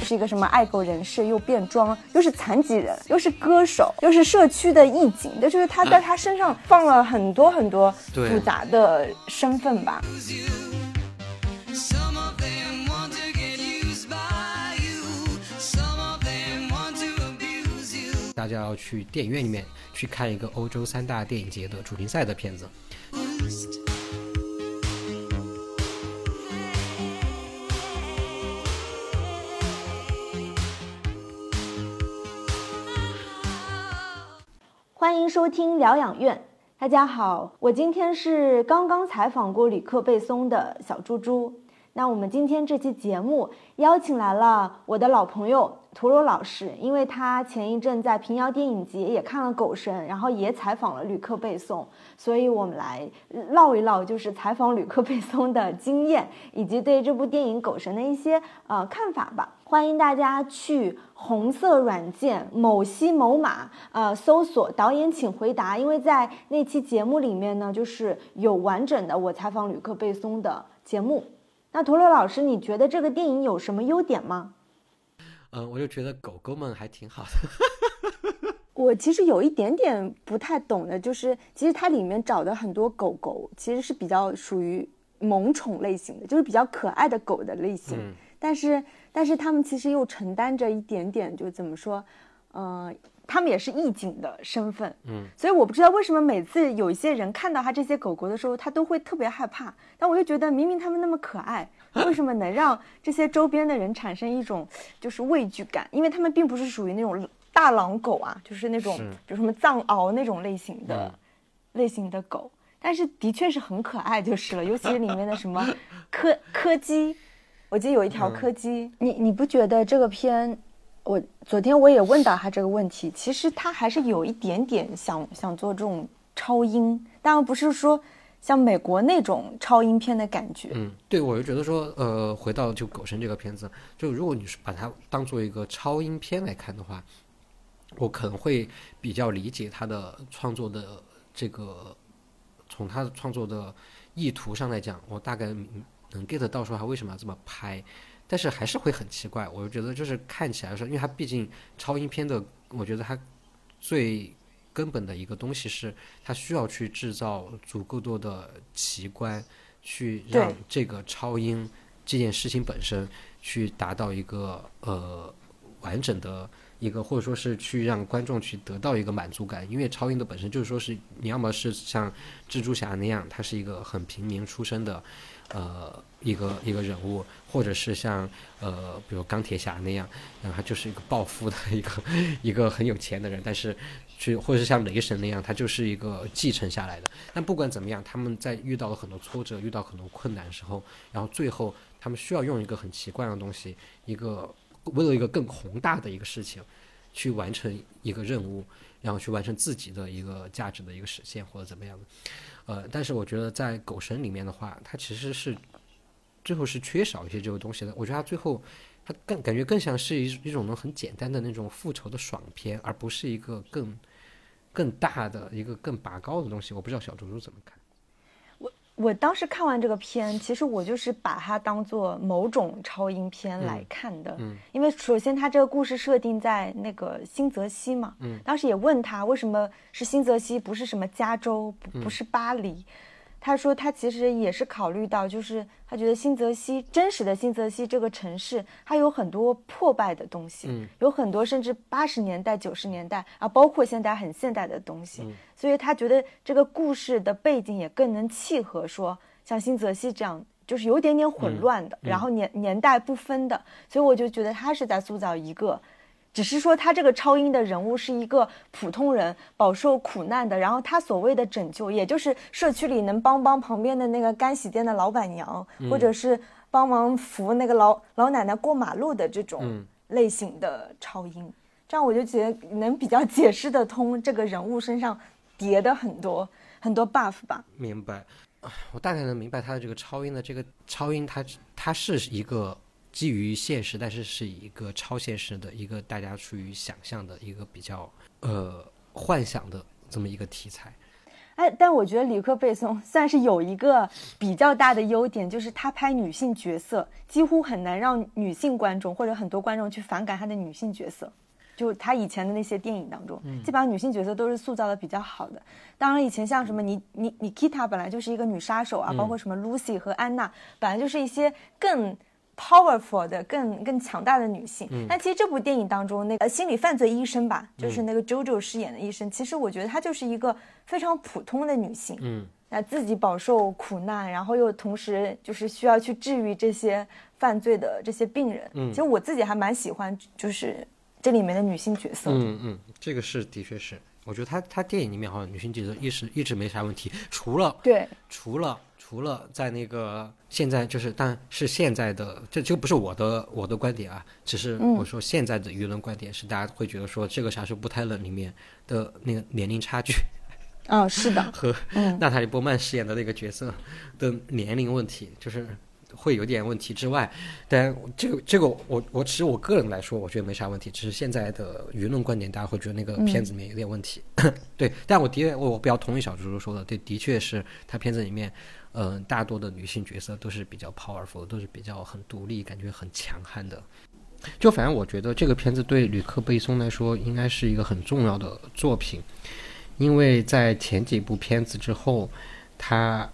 就是一个什么爱狗人士，又变装，又是残疾人，又是歌手，又是社区的义警，就是他在他身上放了很多很多复杂的身份吧。 大家要去电影院里面去看一个欧洲3大电影节的主竞赛的片子。 欢迎收听疗养院，大家好，我今天是刚刚采访过吕克贝松的小猪猪。那我们今天这期节目邀请来了我的老朋友陀螺老师，因为他前一阵在平遥电影节也看了《狗神》，然后也采访了吕克贝松，所以我们来唠一唠就是采访吕克贝松的经验，以及对这部电影《狗神》的一些看法吧。欢迎大家去红色软件某西某马搜索导演请回答，因为在那期节目里面呢，就是有完整的我采访吕克贝松的节目。那陀螺老师，你觉得这个电影有什么优点吗？ 我就觉得狗狗们还挺好的。 我其实有一点点不太懂的，就是其实它里面找的很多狗狗其实是比较属于萌宠类型的，就是比较可爱的狗的类型，但是他们其实又承担着一点点，就怎么说，他们也是义警的身份，所以我不知道为什么每次有一些人看到他这些狗狗的时候，他都会特别害怕。但我又觉得明明他们那么可爱，为什么能让这些周边的人产生一种就是畏惧感？因为他们并不是属于那种大狼狗啊，就是那种比如什么藏獒那种类型的狗，但是的确是很可爱就是了。尤其是里面的什么柯基，我记得有一条柯基，你不觉得这个片？昨天我也问到他这个问题，其实他还是有一点点想做这种超英，当然不是说像美国那种超英片的感觉。 对，我就觉得说，回到就《狗神》这个片子，就如果你是把它当做一个超英片来看的话，我可能会比较理解他的创作的这个，从他的创作的意图上来讲，我大概能 get 到说他为什么要这么拍。但是还是会很奇怪，我就觉得就是看起来说，因为它毕竟超英片的，我觉得它最根本的一个东西是，它需要去制造足够多的奇观，去让这个超英这件事情本身去达到一个完整的一个，或者说是去让观众去得到一个满足感。因为超英的本身就是说是你要么是像蜘蛛侠那样，他是一个很平民出身的一个人物，或者是像比如钢铁侠那样，他就是一个暴富的一个很有钱的人，但是或者是像雷神那样，他就是一个继承下来的。但不管怎么样，他们在遇到了很多挫折，遇到很多困难的时候，然后最后他们需要用一个很奇怪的东西，为了一个更宏大的一个事情去完成一个任务，然后去完成自己的一个价值的一个实现或者怎么样的。但是我觉得在《狗神》里面的话，它其实是最后是缺少一些这个东西的。我觉得它最后它感觉更像是一种很简单的那种复仇的爽片，而不是一个更大的一个更拔高的东西。我不知道小猪猪怎么看。 我当时看完这个片，其实我就是把它当做某种超英片来看的，因为首先它这个故事设定在那个新泽西嘛，当时也问他为什么是新泽西，不是什么加州，不是巴黎。他说他其实也是考虑到，就是他觉得真实的新泽西这个城市，它有很多破败的东西，有很多甚至80年代、90年代啊，包括现在很现代的东西，所以他觉得这个故事的背景也更能契合说像新泽西这样，就是有点点混乱的，然后年代不分的，所以我就觉得他是在塑造一个。只是说他这个超英的人物是一个普通人，饱受苦难的，然后他所谓的拯救，也就是社区里能帮旁边的那个干洗店的老板娘，或者是帮忙扶那个老奶奶过马路的这种类型的超英，这样我就觉得能比较解释得通这个人物身上叠的很多 buff 吧。 明白，我大概能明白他的这个超英的这个超英，它是一个基于现实，但是是一个超现实的一个大家处于想象的一个比较幻想的这么一个题材。 哎，但我觉得吕克·贝松算是有一个比较大的优点，就是他拍女性角色几乎很难让女性观众或者很多观众去反感他的女性角色。就他以前的那些电影当中，基本上女性角色都是塑造的比较好的。当然以前像什么Nikita 本来就是一个女杀手啊，包括什么 Lucy 和安娜本来就是一些更powerful 的更强大的女性。但其实这部电影当中那个心理犯罪医生吧，就是那个 JoJo 饰演的医生，其实我觉得她就是一个非常普通的女性，自己饱受苦难，然后又同时就是需要去治愈这些犯罪的这些病人。其实我自己还蛮喜欢就是这里面的女性角色。 这个是的确是，我觉得他电影里面好像女性角色一直没啥问题，除了在那个现在就是但是现在的这不是我的观点啊，只是我说现在的舆论观点是大家会觉得说这个杀手不太冷里面的那个年龄差距是的， 和娜塔莉波曼饰演的那个角色的年龄问题就是会有点问题之外，但这个我其实我个人来说我觉得没啥问题，只是现在的舆论观点大家会觉得那个片子里面有点问题。对，但我比较同意小猪猪说的，对，的确是他片子里面大多的女性角色都是比较 powerful， 都是比较很独立，感觉很强悍的。就反正我觉得这个片子对吕克贝松来说应该是一个很重要的作品，因为在前几部片子之后，他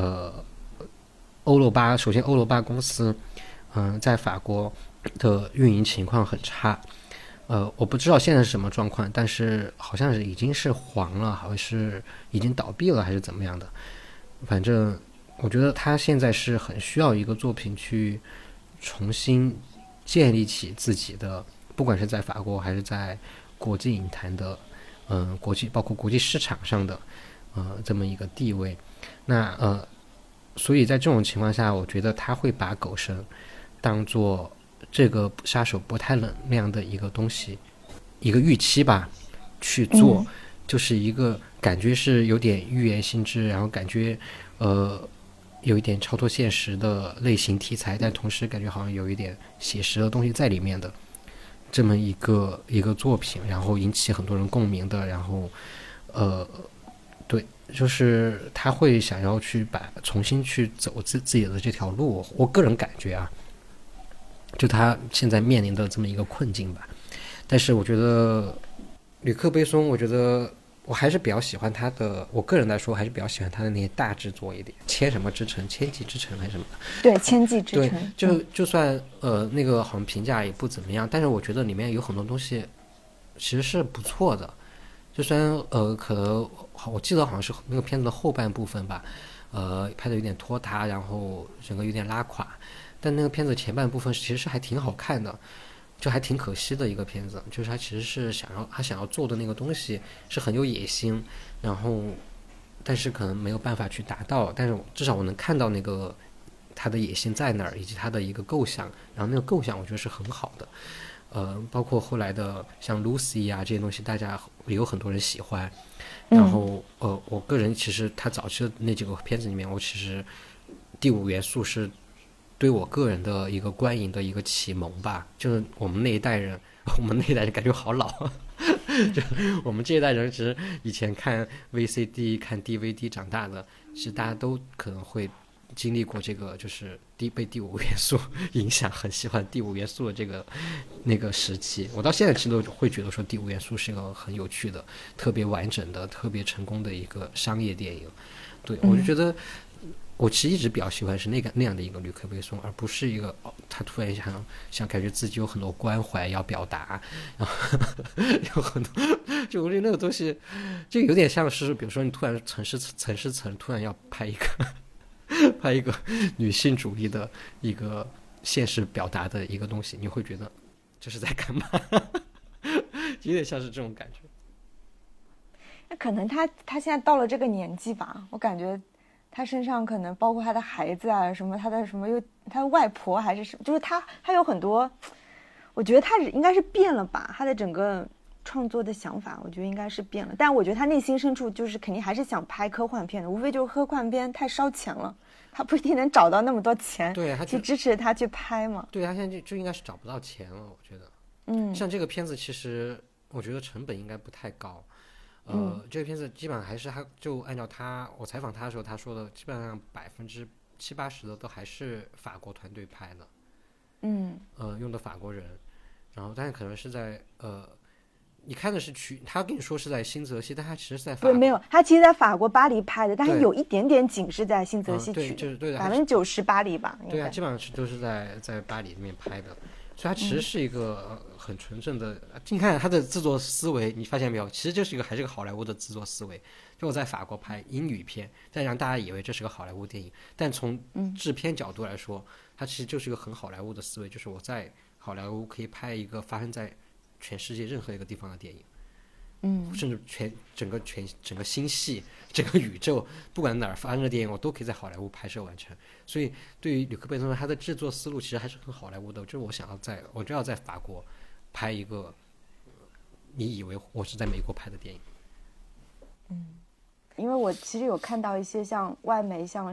首先欧罗巴公司在法国的运营情况很差，我不知道现在是什么状况，但是好像是已经是黄了，好像是已经倒闭了还是怎么样的。反正我觉得他现在是很需要一个作品去重新建立起自己的，不管是在法国还是在国际影坛的包括国际市场上的这么一个地位。那所以在这种情况下，我觉得他会把狗神当做这个杀手不太冷那样的一个东西，一个预期吧去做，就是一个感觉是有点寓言性质，然后感觉有一点超脱现实的类型题材，但同时感觉好像有一点写实的东西在里面的这么一个作品，然后引起很多人共鸣的，然后对，就是他会想要去重新去走自己的这条路，我个人感觉啊，就他现在面临的这么一个困境吧。但是我觉得吕克贝松，我觉得我还是比较喜欢他的，我个人来说还是比较喜欢他的那些大制作一点，千什么之城，千骑之城还是什么的。 对，千骑之城。 对，就算那个好像评价也不怎么样，但是我觉得里面有很多东西其实是不错的。就虽然可能我记得好像是那个片子的后半部分吧，拍的有点拖沓，然后整个有点拉垮，但那个片子前半部分其实是还挺好看的，就还挺可惜的一个片子，就是他其实是想要做的那个东西是很有野心，然后但是可能没有办法去达到，但是至少我能看到那个他的野心在那儿，以及他的一个构想，然后那个构想我觉得是很好的。包括后来的像 Lucy 啊这些东西，大家也有很多人喜欢。然后我个人其实他早期的那几个片子里面，我其实第五元素是对我个人的一个观影的一个启蒙吧。就是我们那一代人感觉好老，就我们这一代人其实以前看 VCD 看 DVD 长大的，其实大家都可能会经历过这个，就是被第五元素影响，很喜欢第五元素的那个时期。我到现在其实都会觉得说第五元素是一个很有趣的、特别完整的、特别成功的一个商业电影。对，我就觉得我其实一直比较喜欢是那样的一个吕克贝松，而不是一个他突然想感觉自己有很多关怀要表达，然后有很多，就我觉得那个东西就有点像是，比如说你突然陈思诚突然要拍一个女性主义的一个现实表达的一个东西，你会觉得这是在干嘛？有点像是这种感觉。 那可能他现在到了这个年纪吧，我感觉他身上可能包括他的孩子啊，什么他的外婆还是什么，就是他有很多，我觉得他应该是变了吧，他的整个创作的想法，我觉得应该是变了。但我觉得他内心深处就是肯定还是想拍科幻片的，无非就是科幻片太烧钱了，他不一定能找到那么多钱， 对， 去支持他去拍嘛。 对，他现在就应该是找不到钱了，我觉得。像这个片子其实我觉得成本应该不太高， 这个片子基本上还是他就按照我采访他的时候他说的，基本上70%-80%的都还是法国团队拍的，用的法国人，然后但是可能是在你看的是他跟你说是在新泽西，但他其实是在法国， 对，没有，他其实在法国巴黎拍的，但是有一点点景是在新泽西取的， 对 90%巴黎吧， 对啊，基本上都是在巴黎那边拍的，所以它其实是一个很纯正的。你看它的制作思维，你发现没有？其实就是还是个好莱坞的制作思维。就我在法国拍英语片，再让大家以为这是个好莱坞电影，但从制片角度来说，它其实就是一个很好莱坞的思维，就是我在好莱坞可以拍一个发生在全世界任何一个地方的电影，甚至整个星系、整个宇宙，不管哪儿发生的电影，我都可以在好莱坞拍摄完成。所以，对于吕克·贝松，他的制作思路其实还是很好莱坞的。就是我就要在法国拍一个你以为我是在美国拍的电影。 因为我其实有看到一些像外媒，像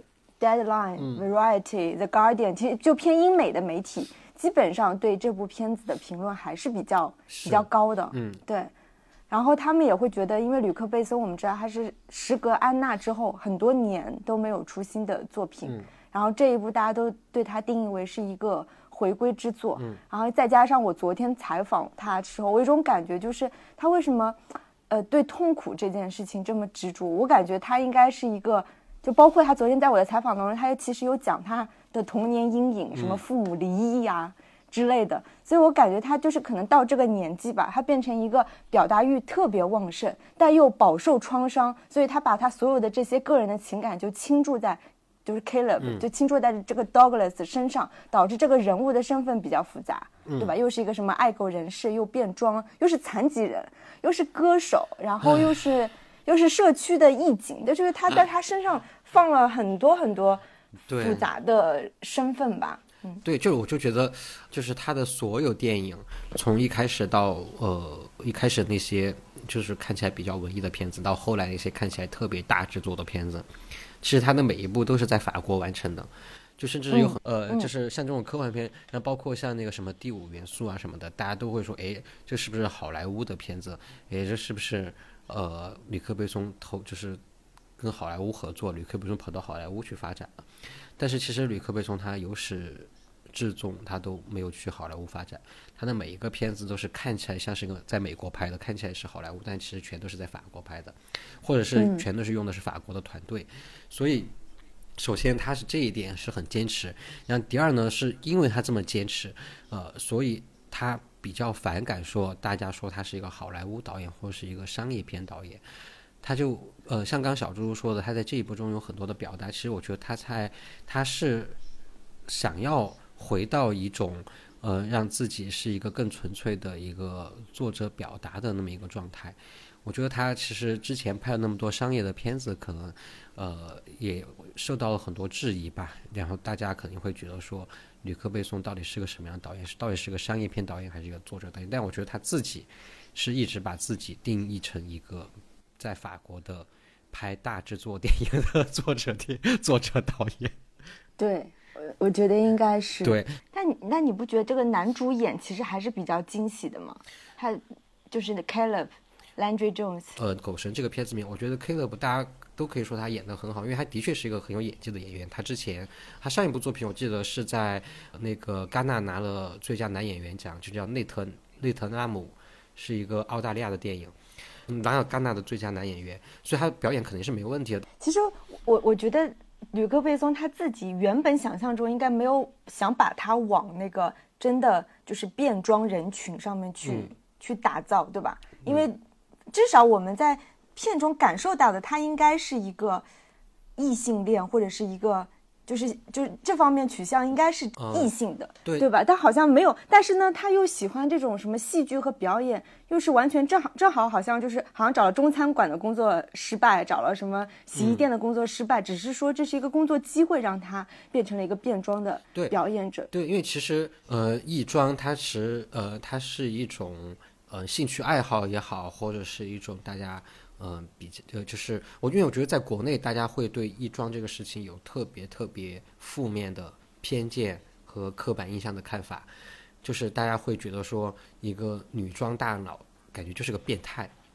Deadline、Variety、The Guardian，其实就偏英美的媒体，基本上对这部片子的评论还是比较高的。对。然后他们也会觉得，因为吕克·贝松，我们知道他是时隔安娜之后很多年都没有出新的作品，然后这一部大家都对他定义为是一个回归之作。然后再加上我昨天采访他的时候，我有一种感觉，就是他为什么对痛苦这件事情这么执着？我感觉他应该是一个，就包括他昨天在我的采访当中，他其实有讲他的童年阴影，什么父母离异呀之类的，所以我感觉他就是可能到这个年纪吧，他变成一个表达欲特别旺盛，但又饱受创伤，所以他把他所有的这些个人的情感就倾注在就是 Caleb，就倾注在这个 Douglas 身上，导致这个人物的身份比较复杂，对吧？又是一个什么爱狗人士，又变装，又是残疾人，又是歌手，然后又是社区的义警，就是他在他身上放了很多很多复杂的身份吧。 对，我就觉得，就是他的所有电影，从一开始到一开始那些就是看起来比较文艺的片子，到后来那些看起来特别大制作的片子，其实他的每一部都是在法国完成的，就甚至有就是像这种科幻片，然后包括像那个什么第五元素啊什么的，大家都会说，哎，这是不是好莱坞的片子？哎，这是不是吕克·贝松就是跟好莱坞合作，吕克·贝松跑到好莱坞去发展了？但是其实吕克·贝松他由始至终他都没有去好莱坞发展，他的每一个片子都是看起来像是个在美国拍的，看起来是好莱坞，但其实全都是在法国拍的，或者是全都是用的是法国的团队。所以首先他是这一点是很坚持，然后第二呢，是因为他这么坚持，所以他比较反感说大家说他是一个好莱坞导演或是一个商业片导演。他就像刚小猪说的，他在这一部中有很多的表达，其实我觉得他是想要回到一种让自己是一个更纯粹的一个作者表达的那么一个状态。我觉得他其实之前拍了那么多商业的片子，可能也受到了很多质疑吧，然后大家肯定会觉得说吕克·贝松到底是个什么样的导演，到底是个商业片导演还是一个作者导演？但我觉得他自己是一直把自己定义成一个在法国的拍大制作电影的作者导演。 对，我觉得应该是。 对， 但你不觉得这个男主演其实还是比较惊喜的吗？他就是 Caleb Landry Jones。 狗神这个片子里面，我觉得 Caleb 大家都可以说他演得很好，因为他的确是一个很有演技的演员。他上一部作品我记得是在那个戛纳拿了最佳男演员奖，就叫内特拉姆，是一个澳大利亚的电影。拿了戛纳的最佳男演员，所以他的表演肯定是没问题的。 其实我觉得吕克·贝松他自己原本想象中应该没有想把他往那个真的就是变装人群上面去打造，对吧？因为至少我们在片中感受到的，他应该是一个异性恋，或者是一个就是这方面取向应该是异性的，对吧？但好像没有，但是呢，他又喜欢这种什么戏剧和表演，又是完全正好好像找了中餐馆的工作失败，找了什么洗衣店的工作失败，只是说这是一个工作机会，让他变成了一个变装的表演者。 对，因为其实异装它是一种兴趣爱好也好，或者是一种大家。就是因为我觉得在国内大家会对异装这个事情有特别负面的偏见和刻板印象的看法，就是大家会觉得说一个女装大佬感觉就是个变态，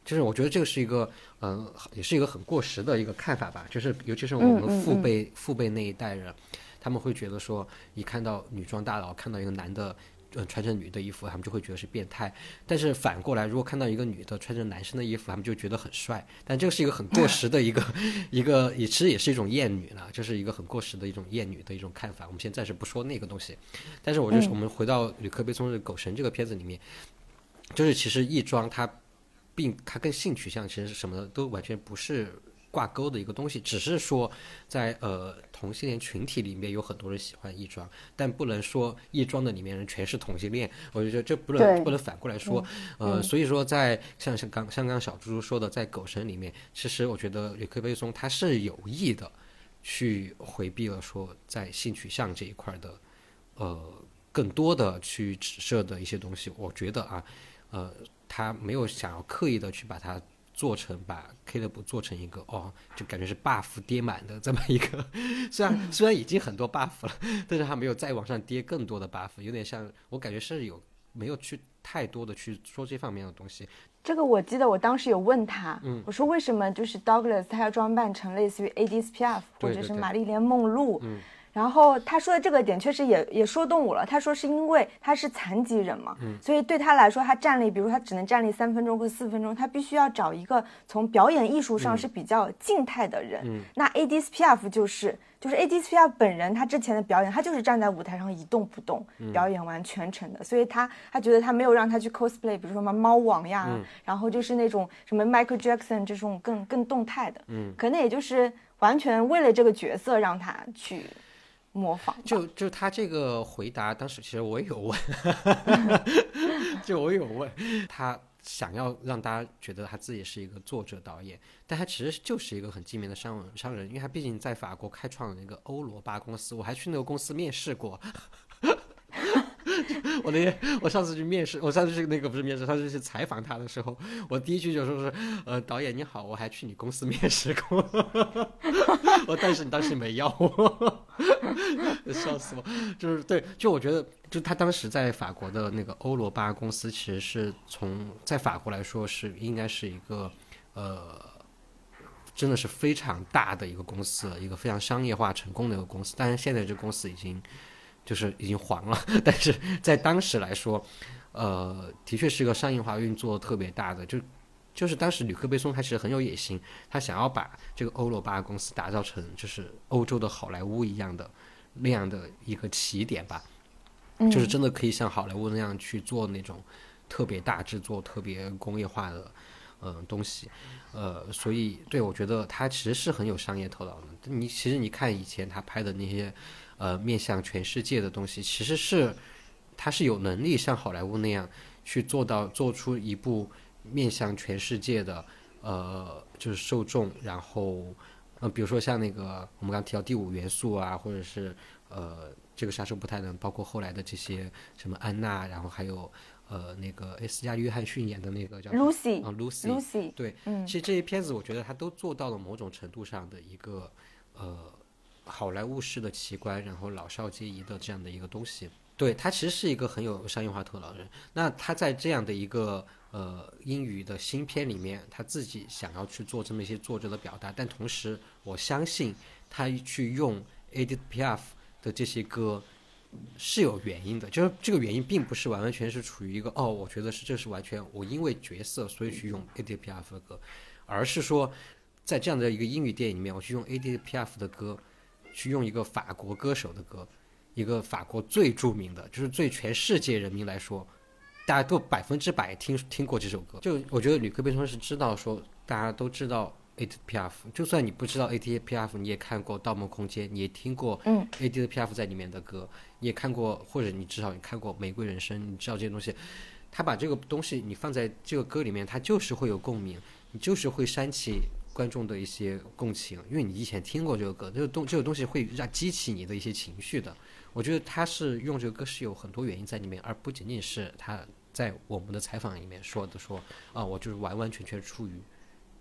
就是我觉得这个是一个也是一个很过时的一个看法吧，就是尤其是我们父辈那一代人，他们会觉得说一看到女装大佬看到一个男的穿着女的衣服，他们就会觉得是变态。但是反过来，如果看到一个女的穿着男生的衣服，他们就觉得很帅。但这个是一个很过时的一个其实也是一种厌女了，就是一个很过时的一种厌女的一种看法。我们先暂时不说那个东西，但是我就是我们回到吕克贝松的《狗神》这个片子里面，就是其实异装它跟性取向其实是什么的都完全不是挂钩的一个东西，只是说在同性恋群体里面有很多人喜欢异装，但不能说异装的里面人全是同性恋，我觉得这不能反过来说。所以说在像刚小猪猪说的，在狗神里面，其实我觉得吕克贝松他是有意的去回避了说在性取向这一块的更多的去指涉的一些东西。我觉得他没有想要刻意的去把它把 Caleb 做成一个就感觉是 buff 跌满的这么一个，虽然已经很多 buff 了，但是他没有再往上跌更多的 buff， 有点像我感觉是没有去太多的去说这方面的东西。 这个我记得我当时有问他，我说为什么就是 Douglas 他要装扮成类似于 Edith Piaf 或者是玛丽莲梦露，然后他说的这个点确实也说动我了。他说是因为他是残疾人嘛，所以对他来说，他站立，比如他只能站立3分钟或4分钟，他必须要找一个从表演艺术上是比较静态的人。那 Edith Piaf 就是 Edith Piaf 本人，他之前的表演，他就是站在舞台上一动不动，表演完全程的。所以他觉得他没有让他去 cosplay， 比如说什么猫王呀，然后就是那种什么 Michael Jackson 这种更动态的，可能也就是完全为了这个角色让他去模仿。 就他这个回答，当时其实我也有问，我有问他想要让大家觉得他自己是一个作者导演，但他其实就是一个很精明的商人，因为他毕竟在法国开创了那个欧罗巴公司，我还去那个公司面试过。我上次去面试，我上次去那个不是面试，上次去采访他的时候，我第一句就说是导演你好，我还去你公司面试过。但是你当时没要我。笑死我。就是对，就我觉得就他当时在法国的那个欧罗巴公司，其实是在法国来说是应该是一个真的是非常大的一个公司，一个非常商业化成功的一个公司。当然现在这个公司已经黄了，但是在当时来说的确是一个商业化运作特别大的。就是当时吕克贝松他其实很有野心，他想要把这个欧罗巴公司打造成就是欧洲的好莱坞一样的那样的一个起点吧，就是真的可以像好莱坞那样去做那种特别大制作特别工业化的东西。所以对，我觉得他其实是很有商业头脑的。其实你看以前他拍的那些面向全世界的东西，其实他是有能力像好莱坞那样去做出一部面向全世界的就是受众，然后比如说像那个我们刚提到第5元素啊，或者是这个杀手不太冷，包括后来的这些什么安娜，然后还有那个斯嘉丽·约翰逊演的那个叫 Lucy， 对，其实这些片子我觉得他都做到了某种程度上的一个好莱坞式的奇观，然后老少皆宜的这样的一个东西。对，他其实是一个很有商业化头脑的人。那他在这样的一个英语的新片里面，他自己想要去做这么一些作者的表达，但同时我相信他去用 Edith Piaf 的这些歌是有原因的，就是这个原因并不是完完全是处于一个我觉得这是完全我因为角色所以去用 Edith Piaf 的歌，而是说在这样的一个英语电影里面，我去用 Edith Piaf 的歌，去用一个法国歌手的歌，一个法国最著名的，就是对全世界人民来说大家都100%听过这首歌。就我觉得吕克贝松是知道说大家都知道 Edith Piaf， 就算你不知道 Edith Piaf， 你也看过《盗梦空间》，你也听过 Edith Piaf 在里面的歌，你也看过，或者你至少你看过《玫瑰人生》，你知道这些东西。他把这个东西你放在这个歌里面，他就是会有共鸣，你就是会煽起观众的一些共情，因为你以前听过这个歌，这个东西会激起你的一些情绪的。我觉得他是用这个歌是有很多原因在里面，而不仅仅是他在我们的采访里面说的我就是完完全全出于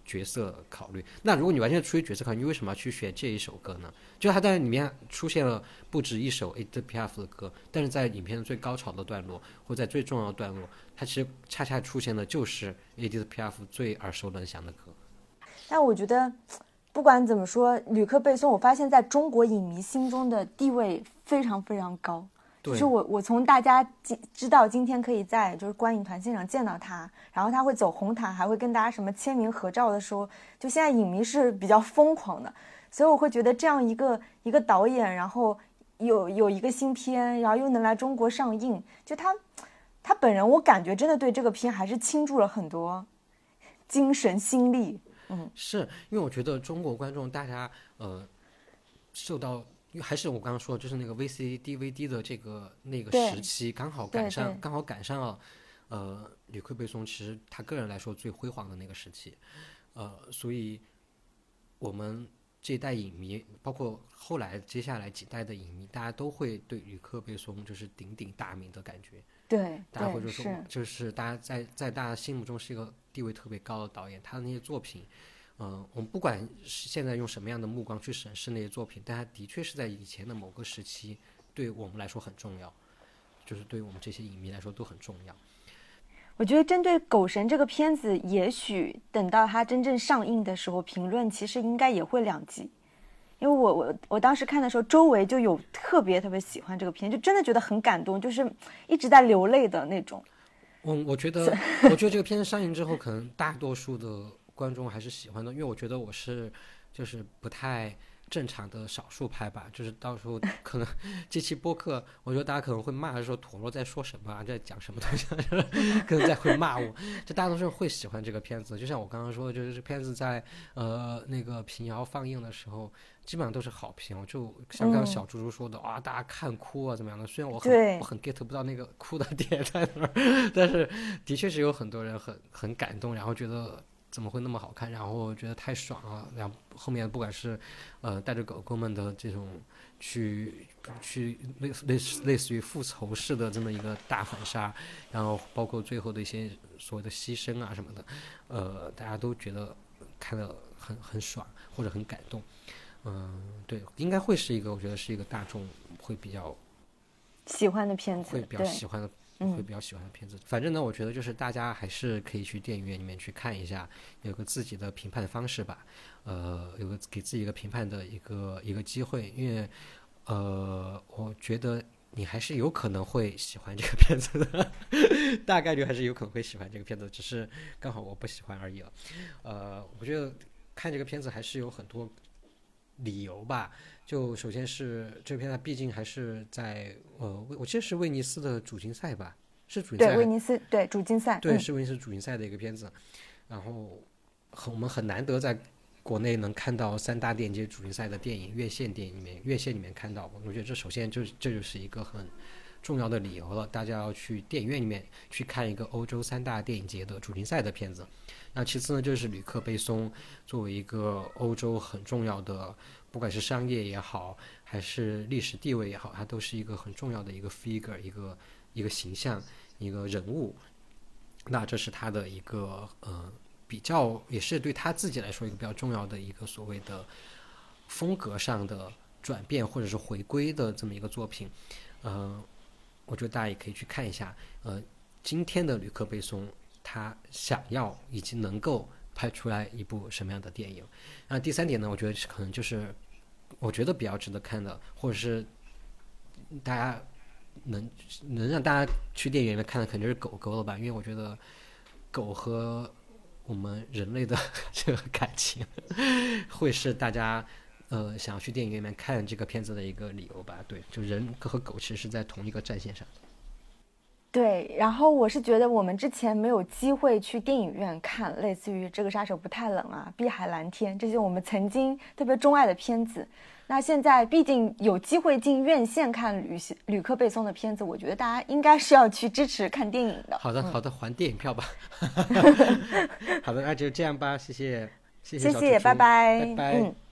角色考虑。那如果你完全出于角色考虑，你为什么要去选这一首歌呢？就它在里面出现了不止一首 Edith Piaf 的歌，但是在影片的最高潮的段落或在最重要的段落，它其实恰恰出现的就是 Edith Piaf 最耳熟能详的歌。 但我觉得不管怎么说，吕克贝松我发现在中国影迷心中的地位非常非常高。就是我从大家知道今天可以在就是观影团现场见到他，然后他会走红毯，还会跟大家什么签名合照的时候，就现在影迷是比较疯狂的。所以我会觉得这样一个导演，然后有一个新片，然后又能来中国上映，就他本人，我感觉真的对这个片还是倾注了很多精神心力。 是因为我觉得中国观众大家受到，因为还是我刚刚说，就是那个 VCD、DVD 的那个时期，刚好赶上了吕克贝松其实他个人来说最辉煌的那个时期，所以我们这一代影迷，包括后来接下来几代的影迷，大家都会对吕克贝松就是鼎鼎大名的感觉。 对， 大家会就说，就是大家在大家心目中是一个地位特别高的导演，他的那些作品，我们不管现在用什么样的目光去审视那些作品，但他的确是在以前的某个时期对我们来说很重要，就是对我们这些影迷来说都很重要。 我觉得针对《狗神》这个片子，也许等到它真正上映的时候，评论其实应该也会两极。因为我当时看的时候，周围就有特别特别喜欢这个片，就真的觉得很感动，就是一直在流泪的那种。 我觉得这个片子上映之后，可能大多数的观众还是喜欢的，因为我觉得我是就是不太正常的少数派吧，就是到时候可能这期播客，我觉得大家可能会骂说陀螺在说什么啊，在讲什么东西，可能在会骂我。就大多数人会喜欢这个片子，就像我刚刚说的，就是这片子在那个平遥放映的时候，基本上都是好评。就像刚刚小猪猪说的，哇，大家看哭啊怎么样的？虽然我很 get 不到那个哭的点在哪儿，但是的确是有很多人很感动，然后觉得怎么会那么好看，然后觉得太爽了。然后后面不管是带着狗狗们的这种去类似于复仇式的这么一个大反杀，然后包括最后的一些所谓的牺牲啊什么的，大家都觉得看得很爽或者很感动。对，应该会是一个，我觉得是一个大众会比较喜欢的片子， 会比较喜欢的。会比较喜欢的片子。反正呢，我觉得就是大家还是可以去电影院里面去看一下，有个自己的评判方式吧，有个给自己一个评判的一个机会，因为我觉得你还是有可能会喜欢这个片子的，大概率还是有可能会喜欢这个片子，只是刚好我不喜欢而已了。我觉得看这个片子还是有很多理由吧。就首先是这个片它毕竟还是在我记得是威尼斯的主竞赛吧，是主竞赛， 对，威尼斯，对，主竞赛， 对，是威尼斯主竞赛的一个片子。然后我们很难得在国内能看到3大电影节主竞赛的电影，院线里面看到，我觉得这首先这就是一个很重要的理由了，大家要去电影院里面去看一个欧洲3大电影节的主竞赛的片子。那其次呢，就是吕克贝松作为一个欧洲很重要的，不管是商业也好，还是历史地位也好，它都是一个很重要的一个 figure， 一个形象，一个人物。那这是他的一个比较，也是对他自己来说一个比较重要的一个所谓的风格上的转变或者是回归的这么一个作品。我觉得大家也可以去看一下。今天的吕克贝松他想要以及能够拍出来一部什么样的电影。那第3点呢，我觉得可能就是我觉得比较值得看的，或者是大家能让大家去电影院看的肯定是狗狗了吧，因为我觉得狗和我们人类的这个感情会是大家想要去电影院里面看这个片子的一个理由吧。对，就人和狗其实是在同一个战线上。 对，然后我是觉得我们之前没有机会去电影院看类似于这个杀手不太冷啊、碧海蓝天这些我们曾经特别钟爱的片子，那现在毕竟有机会进院线看吕克贝松的片子，我觉得大家应该是要去支持看电影的。 好的好的，还电影票吧好的，那就这样吧，谢谢， 拜拜。